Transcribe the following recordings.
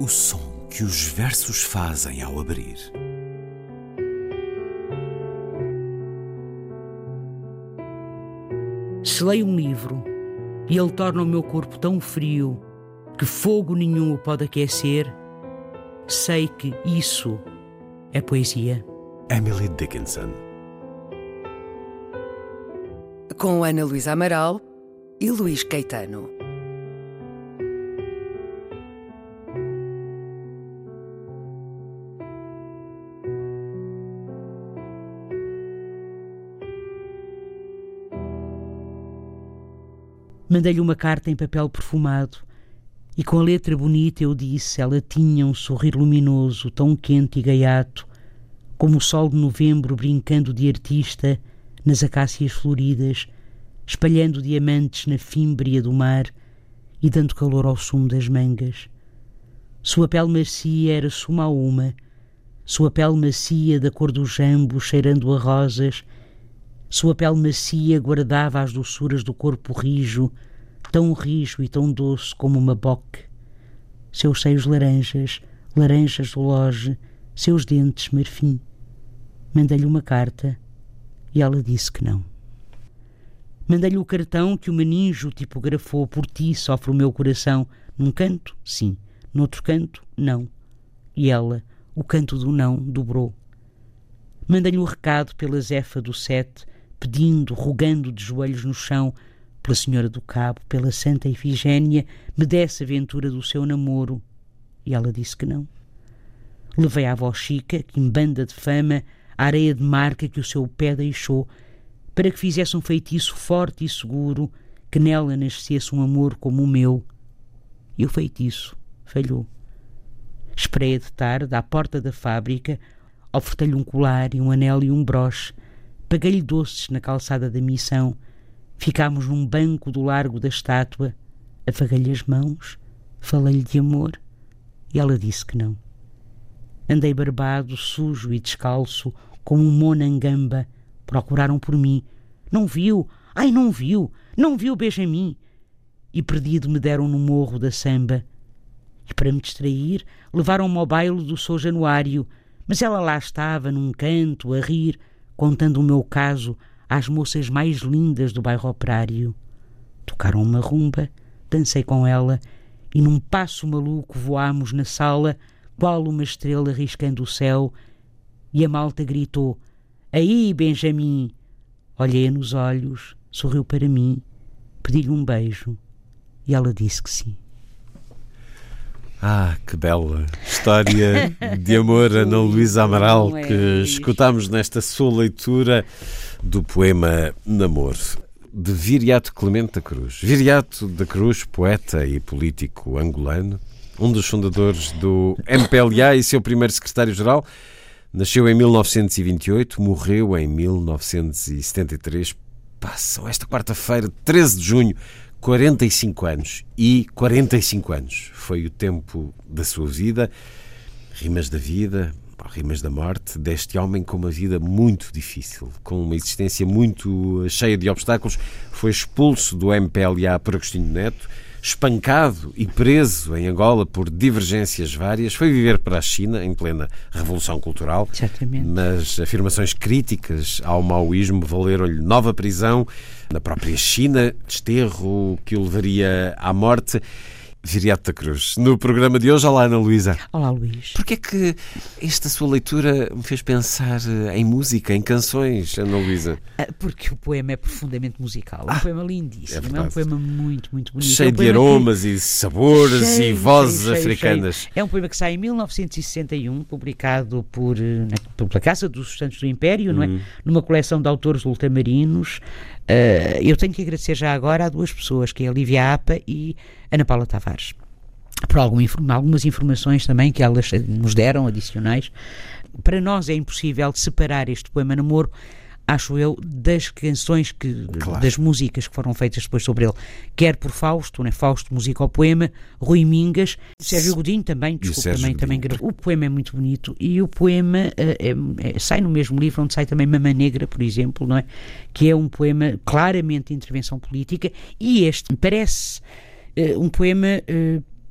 O som que os versos fazem ao abrir. Se leio um livro e ele torna o meu corpo tão frio que fogo nenhum o pode aquecer, sei que isso é poesia. Emily Dickinson. Com Ana Luísa Amaral e Luís Caetano. Mandei-lhe uma carta em papel perfumado e com a letra bonita eu disse, ela tinha um sorrir luminoso, tão quente e gaiato, como o sol de novembro brincando de artista nas acácias floridas, espalhando diamantes na fímbria do mar e dando calor ao sumo das mangas. Sua pele macia era suma a uma, sua pele macia da cor do jambo cheirando a rosas, sua pele macia guardava as doçuras do corpo rijo, tão rijo e tão doce como uma boque. Seus seios laranjas, laranjas do loge, seus dentes marfim. Mandei-lhe uma carta e ela disse que não. Mandei-lhe o cartão que o maninjo tipografou. Por ti sofre o meu coração. Num canto, sim. Noutro canto, não. E ela, o canto do não, dobrou. Mandei-lhe o recado pela Zefa do Sete, pedindo, rogando de joelhos no chão, pela Senhora do Cabo, pela Santa Ifigénia, me desse a ventura do seu namoro. E ela disse que não. Levei à avó Chica, que em banda de fama, a areia de marca que o seu pé deixou, para que fizesse um feitiço forte e seguro, que nela nascesse um amor como o meu. E o feitiço falhou. Esperei de tarde, à porta da fábrica, ofertei-lhe um colar e um anel e um broche, paguei-lhe doces na calçada da Missão, ficámos num banco do largo da estátua, afaguei-lhe as mãos, falei-lhe de amor, e ela disse que não. Andei barbado, sujo e descalço, como um monangamba. Procuraram por mim. Não viu? Ai, não viu? Não viu Benjamin? E perdido me deram no morro da samba. E para me distrair, levaram-me ao baile do São Januário, mas ela lá estava, num canto, a rir, contando o meu caso às moças mais lindas do bairro operário. Tocaram uma rumba, dancei com ela, e num passo maluco voámos na sala, qual uma estrela riscando o céu, e a malta gritou: "Aí, Benjamin!" Olhei-a nos olhos, sorriu para mim, pedi-lhe um beijo, e ela disse que sim. Ah, que bela história de amor, Ana Luísa Amaral, que escutámos nesta sua leitura do poema Namoro, de Viriato Clemente da Cruz. Viriato da Cruz, poeta e político angolano, um dos fundadores do MPLA e seu primeiro secretário-geral. Nasceu em 1928, morreu em 1973. Passam esta quarta-feira, 13 de junho, 45 anos. E 45 anos foi o tempo da sua vida. Rimas da vida, rimas da morte, deste homem com uma vida muito difícil, com uma existência muito cheia de obstáculos. Foi expulso do MPLA por Agostinho Neto, espancado e preso em Angola por divergências várias, foi viver para a China em plena Revolução Cultural. Exatamente. Mas afirmações críticas ao maoísmo valeram-lhe nova prisão na própria China, desterro que o levaria à morte. Viriato da Cruz, no programa de hoje. Olá, Ana Luísa. Olá, Luís. Porquê é que esta sua leitura me fez pensar em música, em canções, Ana Luísa? Porque o poema é profundamente musical. É um poema lindíssimo. É um poema muito, muito bonito. Cheio de aromas e sabores e vozes africanas. É um poema que sai em 1961, publicado pela Casa dos Santos do Império, não é? Numa coleção de autores ultramarinos. Eu tenho que agradecer já agora a duas pessoas, que é a Lívia Apa e Ana Paula Tavares, por algumas informações também que elas nos deram, adicionais. Para nós é impossível separar este poema Namoro, acho eu, das canções Claro. das músicas que foram feitas depois sobre ele, quer por Fausto, né? Fausto musica o poema, Rui Mingas, Sérgio Godinho também, também gravou. O poema é muito bonito e o poema sai no mesmo livro onde sai também Mama Negra, por exemplo, não é? Que é um poema claramente de intervenção política, e este parece um poema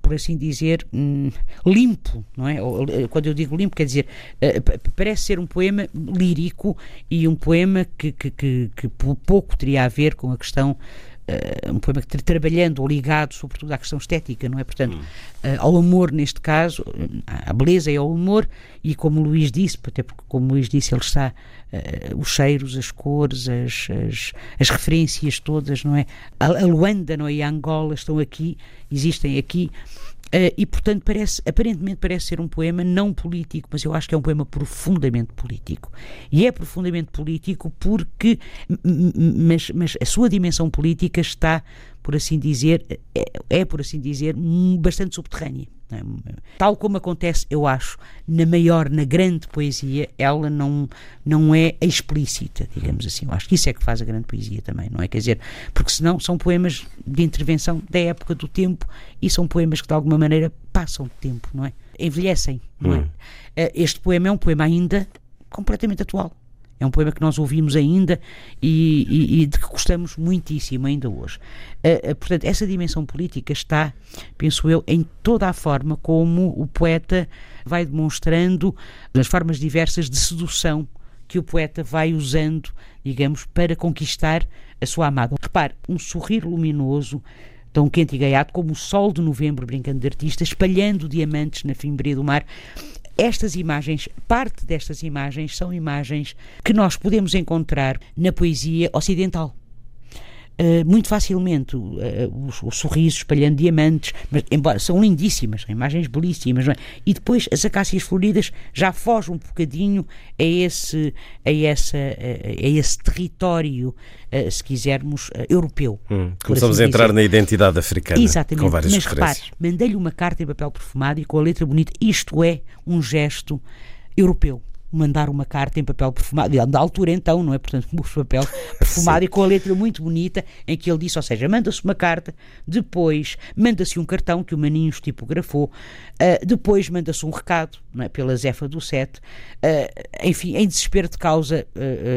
por assim dizer, limpo, não é? Quando eu digo limpo, quer dizer, parece ser um poema lírico e um poema que pouco teria a ver com a questão, um poema que trabalhando ou ligado sobretudo à questão estética, não é? Portanto, ao amor neste caso, à beleza e ao amor, e como o Luís disse, até porque como o Luís disse, ele está, os cheiros, as cores, as referências todas, não é? A Luanda, não é? E a Angola estão aqui, existem aqui, e portanto aparentemente parece ser um poema não político, mas eu acho que é um poema profundamente político, e é profundamente político porque mas a sua dimensão política está, por assim dizer, por assim dizer, bastante subterrânea, não é? Tal como acontece, eu acho, na grande poesia, ela não é explícita, digamos assim. Eu acho que isso é que faz a grande poesia também, não é? Quer dizer, porque senão são poemas de intervenção da época do tempo, e são poemas que de alguma maneira passam de tempo, não é? Envelhecem, não é? Este poema é um poema ainda completamente atual. É um poema que nós ouvimos ainda e de que gostamos muitíssimo ainda hoje. Portanto, essa dimensão política está, penso eu, em toda a forma como o poeta vai demonstrando, as formas diversas de sedução que o poeta vai usando, digamos, para conquistar a sua amada. Repare, um sorrir luminoso, tão quente e gaiato como o sol de novembro brincando de artista, espalhando diamantes na fimbria do mar. Estas imagens, parte destas imagens, são imagens que nós podemos encontrar na poesia ocidental. Muito facilmente, o sorriso espalhando diamantes, mas, embora são lindíssimas, são imagens belíssimas, não é? E depois as acácias floridas já fogem um bocadinho a esse território, se quisermos, europeu. Começamos a entrar na identidade africana. Exatamente, com várias mas referências. Repare, mandei-lhe uma carta em papel perfumado e com a letra bonita. Isto é um gesto europeu. Mandar uma carta em papel perfumado, da altura então, não é? Portanto, um papel perfumado e com a letra muito bonita, em que ele disse, ou seja, manda-se uma carta, depois manda-se um cartão que o Maninhos tipografou, depois manda-se um recado, não é? Pela Zefa do Sete, enfim, em desespero de causa,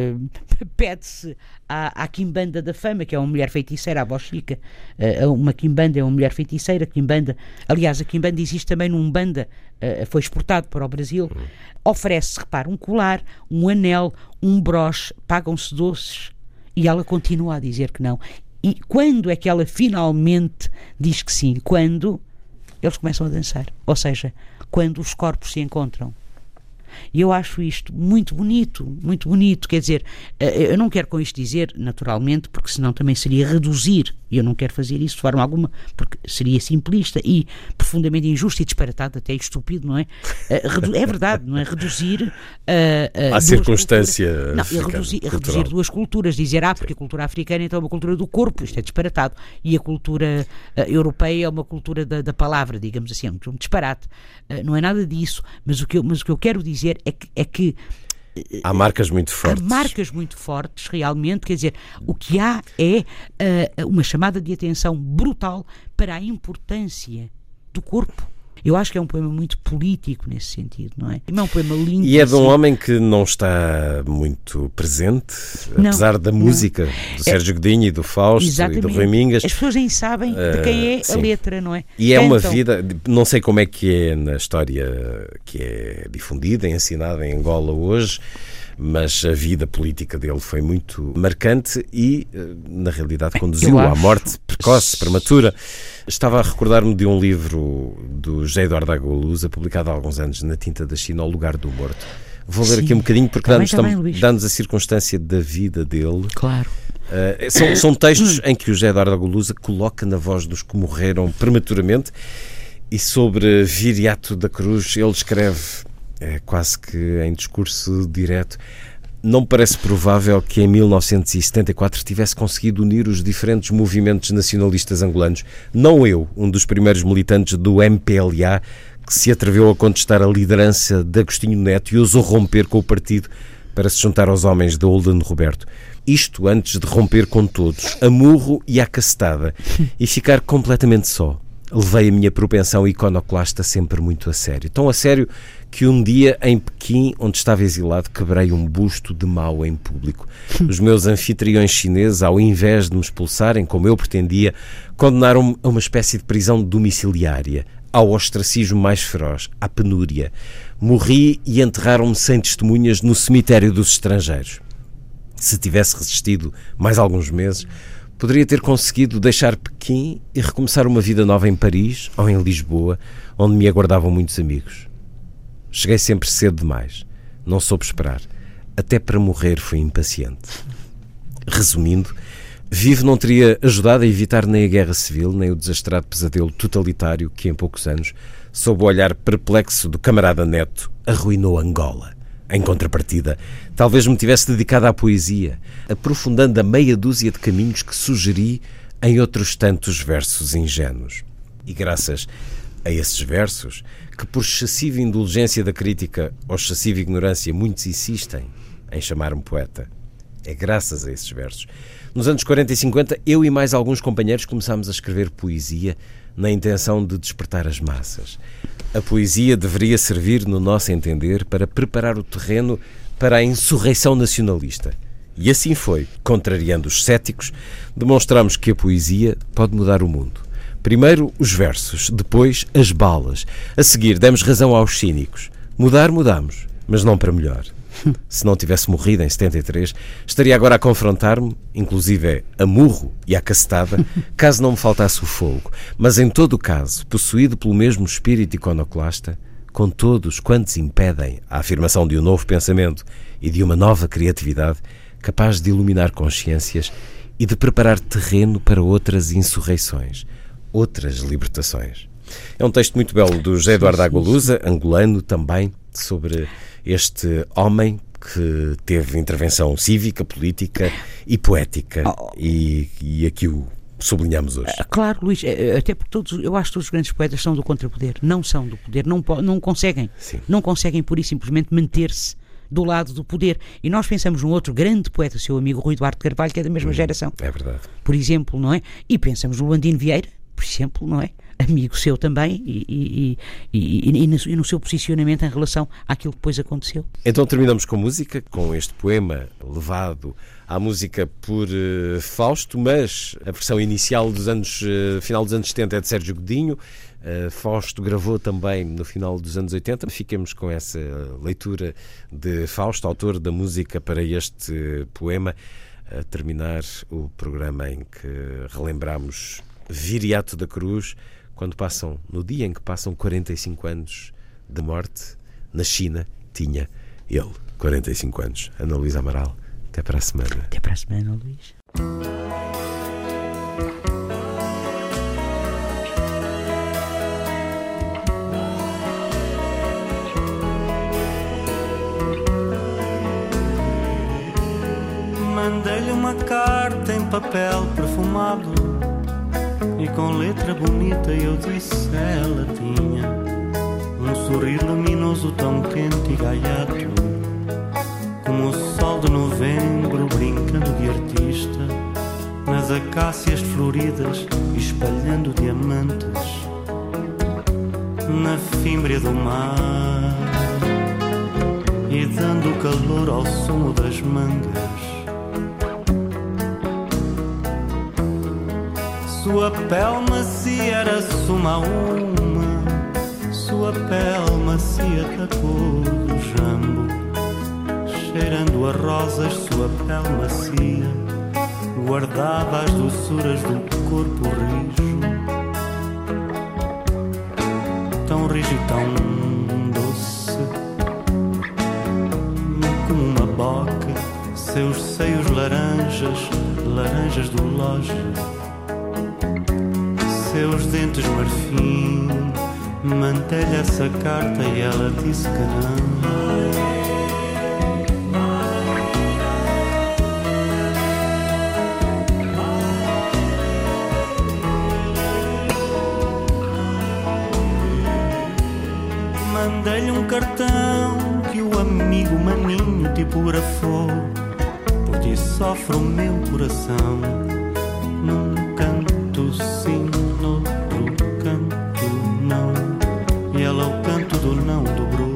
pede-se à Quimbanda da Fama, que é uma mulher feiticeira, a Bochica, uma Quimbanda é uma mulher feiticeira, Quimbanda, aliás, a Quimbanda existe também no Umbanda, foi exportado para o Brasil, oferece-se, repara, um colar, um anel, um broche, pagam-se doces, e ela continua a dizer que não. E quando é que ela finalmente diz que sim? Quando eles começam a dançar, ou seja, quando os corpos se encontram. E eu acho isto muito bonito, quer dizer, eu não quero com isto dizer, naturalmente, porque senão também seria reduzir, e eu não quero fazer isso de forma alguma, porque seria simplista e profundamente injusto e disparatado, até estúpido, não é? É verdade, não é? Reduzir a circunstância. Não, reduzir duas culturas, dizer, porque a cultura africana então é uma cultura do corpo, isto é disparatado, e a cultura europeia é uma cultura da palavra, digamos assim, é um disparate. Não é nada disso, mas o que eu quero dizer é que há marcas muito fortes. Há marcas muito fortes, realmente, quer dizer, o que há é uma chamada de atenção brutal para a importância do corpo. Eu acho que é um poema muito político nesse sentido, não é? É um poema lindo. E é de um homem que não está muito presente, apesar da música do Sérgio Godinho e do Fausto. Exatamente. E do Rui Mingas. As pessoas nem sabem de quem é a letra, não é? E é uma vida, não sei como é que é na história que é difundida, ensinada em Angola hoje, mas a vida política dele foi muito marcante e, na realidade, conduziu à morte precoce, prematura. Estava a recordar-me de um livro do José Eduardo Agualusa, publicado há alguns anos na Tinta da China, Ao Lugar do Morto. Vou ler aqui um bocadinho, porque dá-nos a circunstância da vida dele. Claro. São textos em que o José Eduardo Agualusa coloca na voz dos que morreram prematuramente, e sobre Viriato da Cruz ele escreve, quase que em discurso direto: não me parece provável que em 1974 tivesse conseguido unir os diferentes movimentos nacionalistas angolanos. Não eu, um dos primeiros militantes do MPLA, que se atreveu a contestar a liderança de Agostinho Neto e ousou romper com o partido para se juntar aos homens de Holden Roberto. Isto antes de romper com todos, a murro e à cacetada, e ficar completamente só. Levei a minha propensão iconoclasta sempre muito a sério. Tão a sério que um dia, em Pequim, onde estava exilado, quebrei um busto de Mao em público. Os meus anfitriões chineses, ao invés de me expulsarem, como eu pretendia, condenaram-me a uma espécie de prisão domiciliária. ao ostracismo mais feroz, à penúria. Morri e enterraram-me sem testemunhas no cemitério dos estrangeiros. Se tivesse resistido mais alguns meses, poderia ter conseguido deixar Pequim e recomeçar uma vida nova em Paris ou em Lisboa, onde me aguardavam muitos amigos. Cheguei sempre cedo demais. Não soube esperar. Até para morrer fui impaciente. Resumindo, Vivo não teria ajudado a evitar nem a guerra civil, nem o desastrado pesadelo totalitário que, em poucos anos, sob o olhar perplexo do camarada Neto, arruinou Angola. Em contrapartida, talvez me tivesse dedicado à poesia, aprofundando a meia dúzia de caminhos que sugeri em outros tantos versos ingênuos. E graças a esses versos, que por excessiva indulgência da crítica ou excessiva ignorância muitos insistem em chamar-me poeta, é graças a esses versos. Nos anos 40 e 50, eu e mais alguns companheiros começámos a escrever poesia na intenção de despertar as massas. A poesia deveria servir, no nosso entender, para preparar o terreno para a insurreição nacionalista. E assim foi. Contrariando os céticos, demonstramos que a poesia pode mudar o mundo. Primeiro os versos, depois as balas. A seguir demos razão aos cínicos. Mudar, mudamos, mas não para melhor. Se não tivesse morrido em 73, estaria agora a confrontar-me, inclusive a murro e à cacetada, caso não me faltasse o fogo. Mas em todo o caso, possuído pelo mesmo espírito iconoclasta, com todos quantos impedem a afirmação de um novo pensamento e de uma nova criatividade, capaz de iluminar consciências e de preparar terreno para outras insurreições, outras libertações. É um texto muito belo do José Eduardo Agualusa, angolano também, sobre este homem que teve intervenção cívica, política e poética, e aqui o sublinhamos hoje. Claro, Luís, até porque eu acho que todos os grandes poetas são do contrapoder, não são do poder, não conseguem, não conseguem pura e simplesmente manter-se do lado do poder. E nós pensamos num outro grande poeta, seu amigo Rui Duarte Carvalho, que é da mesma geração. É verdade. Por exemplo, não é? E pensamos no Landino Vieira, por exemplo, não é? Amigo seu também e no seu posicionamento em relação àquilo que depois aconteceu. Então terminamos com música, com este poema levado à música por Fausto, mas a versão inicial dos anos, final dos anos 70 é de Sérgio Godinho. Fausto gravou também no final dos anos 80. Fiquemos com essa leitura de Fausto, autor da música para este poema, a terminar o programa em que relembramos Viriato da Cruz, no dia em que passam 45 anos de morte, na China, tinha ele 45 anos. Ana Luísa Amaral, até para a semana. Até para a semana, Luís. Mandei-lhe uma carta em papel perfumado e com letra bonita eu disse ela tinha um sorrir luminoso tão quente e gaiato como o sol de novembro brincando de artista nas acácias floridas espalhando diamantes na fímbria do mar e dando calor ao som das mangas. Sua pele macia era suma a uma, sua pele macia da cor do jambo, cheirando a rosas, sua pele macia guardava as doçuras do corpo rijo, tão rijo e tão doce, como uma boca, seus seios laranjas do loja, seus dentes marfim. Mandei-lhe essa carta e ela disse que não. Mandei-lhe um cartão que o amigo maninho tipografou, por ti sofre o meu coração, num canto sim, noutro canto não, e ela o canto do não dobrou.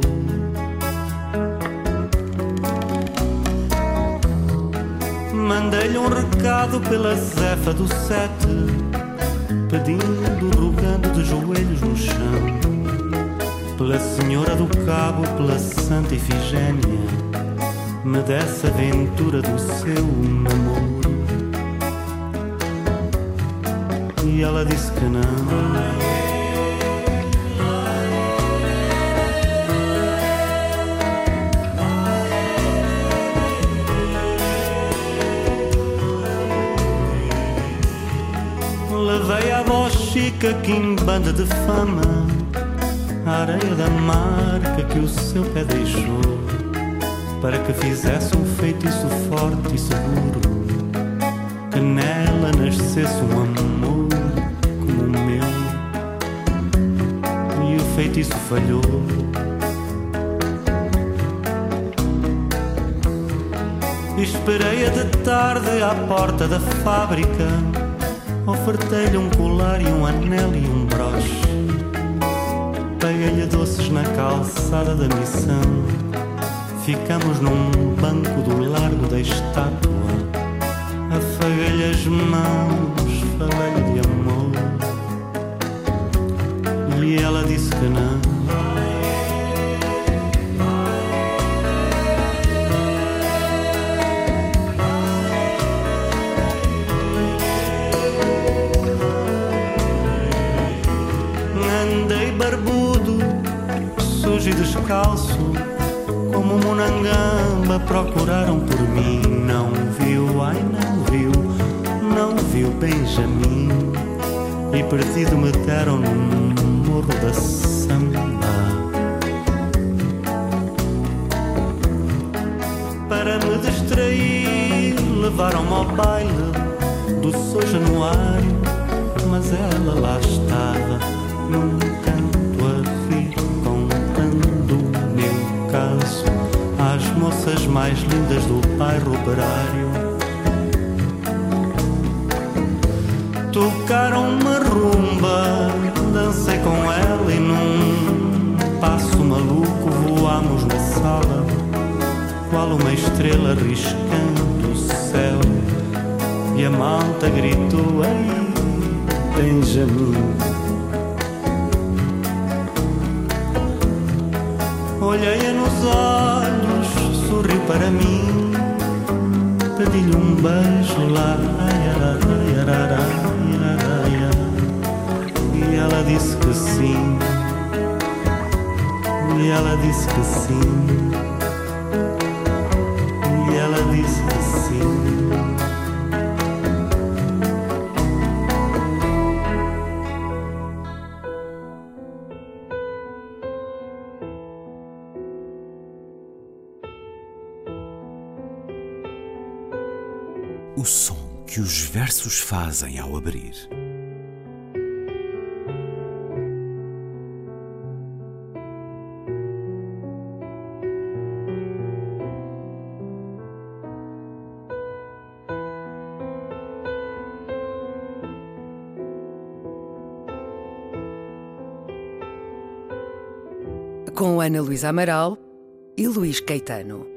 Mandei-lhe um recado pela Zefa do 7, pedindo, rogando de joelhos no chão, pela Senhora do Cabo, pela Santa Ifigénia, me desse a aventura do seu namoro. E ela disse que não. Levei a voz chica, quimbanda de fama, a areia da marca que o seu pé deixou, para que fizesse um feitiço forte e seguro, que nela nascesse um amor como o meu. E o feitiço falhou. Esperei-a de tarde à porta da fábrica, ofertei-lhe um colar e um anel e um broche, paguei-lhe doces na calçada da missão, ficamos num banco do largo da estátua, afaguei-lhe as mãos, falei-lhe de amor, e ela disse que não. Barbudo, sujo e descalço, como Munangamba, procuraram por mim. Não viu, ai não viu, não viu Benjamin, e perdido me deram no morro da samba. Para me distrair, levaram-me ao baile do São Januário, mas ela lá estava, num canto a rir, contando o meu caso às moças mais lindas do bairro operário. Tocaram uma rumba, dancei com ela e num passo maluco voámos na sala, qual uma estrela riscando o céu, e a malta gritou: ei, Benjamin. Olhei-a nos olhos, sorriu para mim, pedi-lhe um beijo lá, e ela disse que sim, e ela disse que sim, e ela disse que sim. O som que os versos fazem ao abrir. Com Ana Luísa Amaral e Luís Caetano.